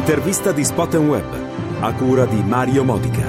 L'intervista di Spot & Web, a cura di Mario Modica.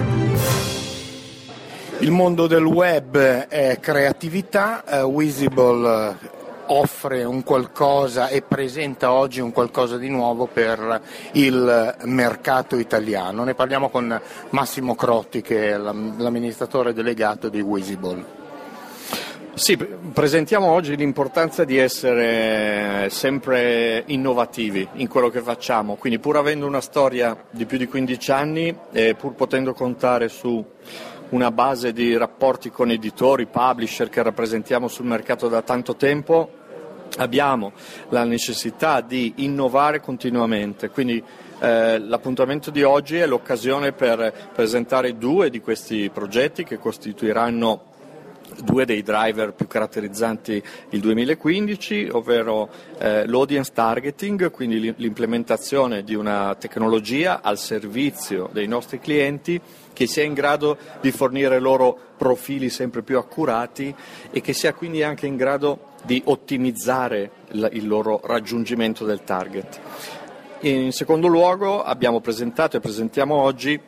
Il mondo del web è creatività, Visible offre un qualcosa e presenta oggi un qualcosa di nuovo per il mercato italiano. Ne parliamo con Massimo Crotti, che è l'amministratore delegato di Visible. Sì, presentiamo oggi l'importanza di essere sempre innovativi in quello che facciamo, quindi pur avendo una storia di più di 15 anni e pur potendo contare su una base di rapporti con editori, publisher che rappresentiamo sul mercato da tanto tempo, abbiamo la necessità di innovare continuamente, quindi l'appuntamento di oggi è l'occasione per presentare 2 di questi progetti che costituiranno 2 dei driver più caratterizzanti il 2015, ovvero l'audience targeting, quindi l'implementazione di una tecnologia al servizio dei nostri clienti che sia in grado di fornire loro profili sempre più accurati e che sia quindi anche in grado di ottimizzare il loro raggiungimento del target. In secondo luogo abbiamo presentato e presentiamo oggi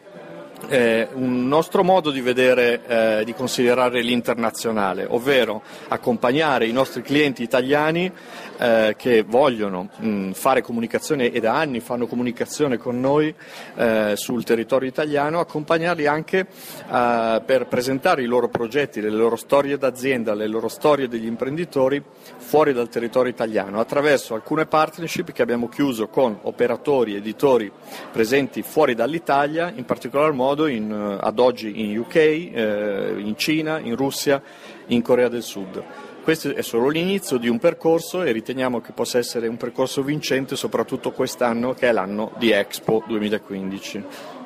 un nostro modo di vedere, di considerare l'internazionale, ovvero accompagnare i nostri clienti italiani che vogliono fare comunicazione e da anni fanno comunicazione con noi sul territorio italiano, accompagnarli anche per presentare i loro progetti, le loro storie d'azienda, le loro storie degli imprenditori fuori dal territorio italiano, attraverso alcune partnership che abbiamo chiuso con operatori, editori presenti fuori dall'Italia, in particolar modo ad oggi in UK, in Cina, in Russia, in Corea del Sud. Questo è solo l'inizio di un percorso e riteniamo che possa essere un percorso vincente, soprattutto quest'anno che è l'anno di Expo 2015.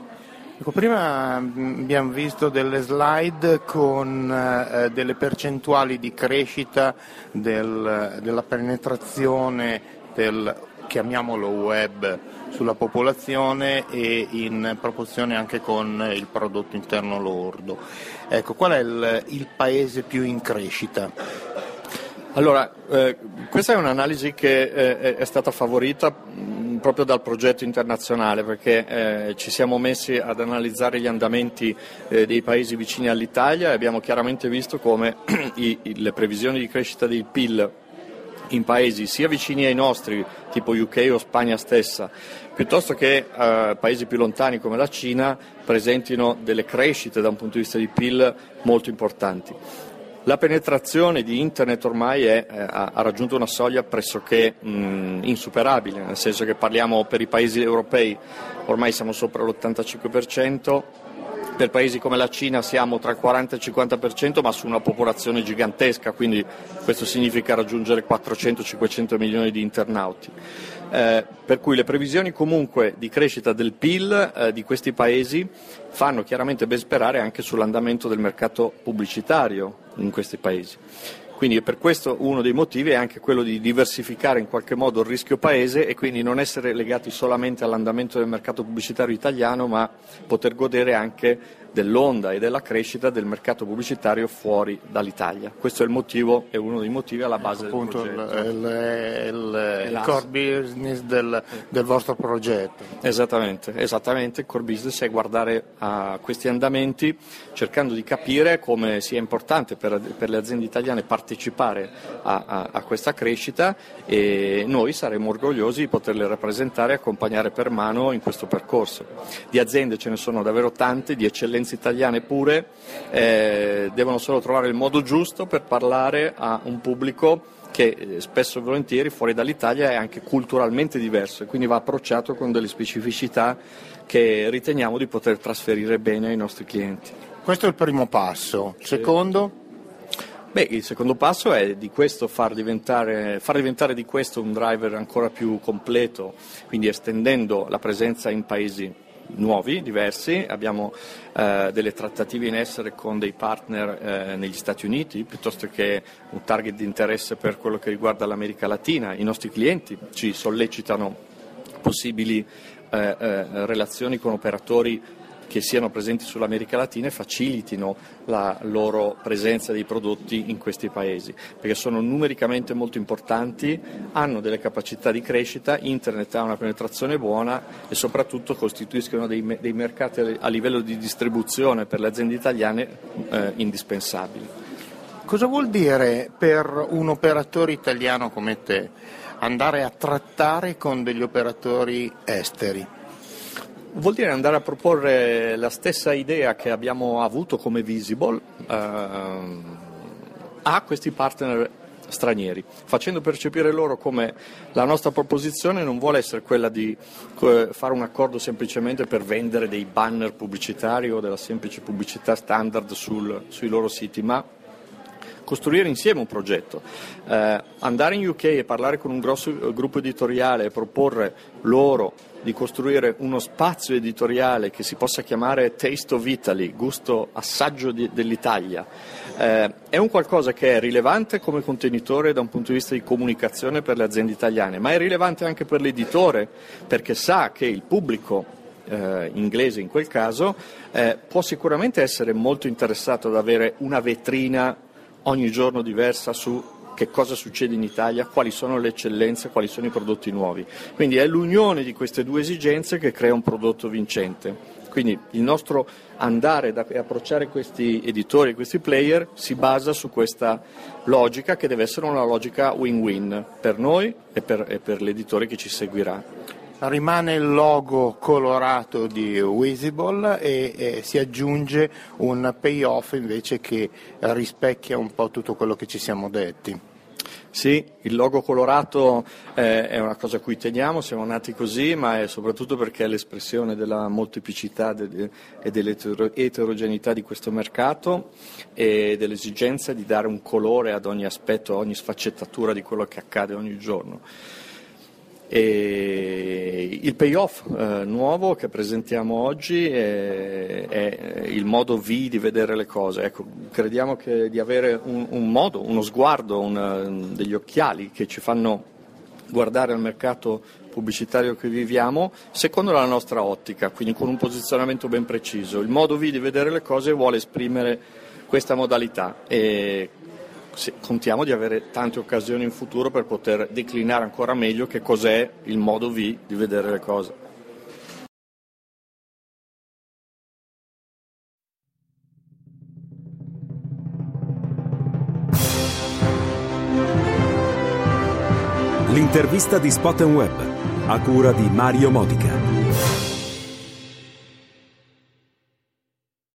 Prima abbiamo visto delle slide con delle percentuali di crescita della penetrazione del, chiamiamolo web, sulla popolazione e in proporzione anche con il prodotto interno lordo. Ecco, qual è il paese più in crescita? Allora, questa è un'analisi che è stata favorita proprio dal progetto internazionale, perché ci siamo messi ad analizzare gli andamenti dei paesi vicini all'Italia e abbiamo chiaramente visto come le previsioni di crescita del PIL in paesi sia vicini ai nostri, tipo UK o Spagna stessa, piuttosto che paesi più lontani come la Cina, presentino delle crescite da un punto di vista di PIL molto importanti. La penetrazione di Internet ormai ha raggiunto una soglia pressoché insuperabile, nel senso che parliamo per i paesi europei, ormai siamo sopra l'85%, per paesi come la Cina siamo tra il 40 e il 50%, ma su una popolazione gigantesca, quindi questo significa raggiungere 400-500 milioni di internauti. Per cui le previsioni comunque di crescita del PIL di questi paesi fanno chiaramente ben sperare anche sull'andamento del mercato pubblicitario in questi paesi. Quindi per questo uno dei motivi è anche quello di diversificare in qualche modo il rischio paese e quindi non essere legati solamente all'andamento del mercato pubblicitario italiano, ma poter godere anche dell'onda e della crescita del mercato pubblicitario fuori dall'Italia. Questo è il motivo, è uno dei motivi alla base del progetto. Il core business del vostro progetto. Esattamente, il core business è guardare a questi andamenti cercando di capire come sia importante per le aziende italiane partecipare a questa crescita e noi saremo orgogliosi di poterle rappresentare e accompagnare per mano in questo percorso. Di aziende ce ne sono davvero tante, di eccellenze italiane pure, devono solo trovare il modo giusto per parlare a un pubblico che spesso e volentieri fuori dall'Italia è anche culturalmente diverso e quindi va approcciato con delle specificità che riteniamo di poter trasferire bene ai nostri clienti. Questo è il primo passo. Secondo? Il secondo passo è di questo far diventare di questo un driver ancora più completo, quindi estendendo la presenza in paesi nuovi, diversi. Abbiamo delle trattative in essere con dei partner negli Stati Uniti, piuttosto che un target di interesse per quello che riguarda l'America Latina. I nostri clienti ci sollecitano possibili relazioni con operatori che siano presenti sull'America Latina e facilitino la loro presenza dei prodotti in questi paesi, perché sono numericamente molto importanti, hanno delle capacità di crescita, internet ha una penetrazione buona e soprattutto costituiscono dei mercati a livello di distribuzione per le aziende italiane indispensabili. Cosa vuol dire per un operatore italiano come te andare a trattare con degli operatori esteri? Vuol dire andare a proporre la stessa idea che abbiamo avuto come Visible a questi partner stranieri, facendo percepire loro come la nostra proposizione non vuole essere quella di fare un accordo semplicemente per vendere dei banner pubblicitari o della semplice pubblicità standard sui loro siti, ma costruire insieme un progetto, andare in UK e parlare con un grosso gruppo editoriale e proporre loro di costruire uno spazio editoriale che si possa chiamare Taste of Italy, gusto, assaggio dell'Italia, è un qualcosa che è rilevante come contenitore da un punto di vista di comunicazione per le aziende italiane, ma è rilevante anche per l'editore, perché sa che il pubblico inglese in quel caso può sicuramente essere molto interessato ad avere una vetrina ogni giorno diversa su che cosa succede in Italia, quali sono le eccellenze, quali sono i prodotti nuovi. Quindi è l'unione di queste due esigenze che crea un prodotto vincente. Quindi il nostro andare e approcciare questi editori, questi player, si basa su questa logica che deve essere una logica win-win per noi e per l'editore che ci seguirà. Rimane il logo colorato di Visible e si aggiunge un payoff invece che rispecchia un po' tutto quello che ci siamo detti. Sì, il logo colorato è una cosa a cui teniamo, siamo nati così, ma è soprattutto perché è l'espressione della molteplicità e dell'eterogeneità di questo mercato e dell'esigenza di dare un colore ad ogni aspetto, a ogni sfaccettatura di quello che accade ogni giorno. E il payoff nuovo che presentiamo oggi è il modo V di vedere le cose. Ecco, crediamo che di avere un modo, uno sguardo, degli occhiali che ci fanno guardare al mercato pubblicitario che viviamo secondo la nostra ottica, quindi con un posizionamento ben preciso. Il modo V di vedere le cose vuole esprimere questa modalità e contiamo di avere tante occasioni in futuro per poter declinare ancora meglio che cos'è il modo V di vedere le cose. L'intervista di Spot & Web, a cura di Mario Modica.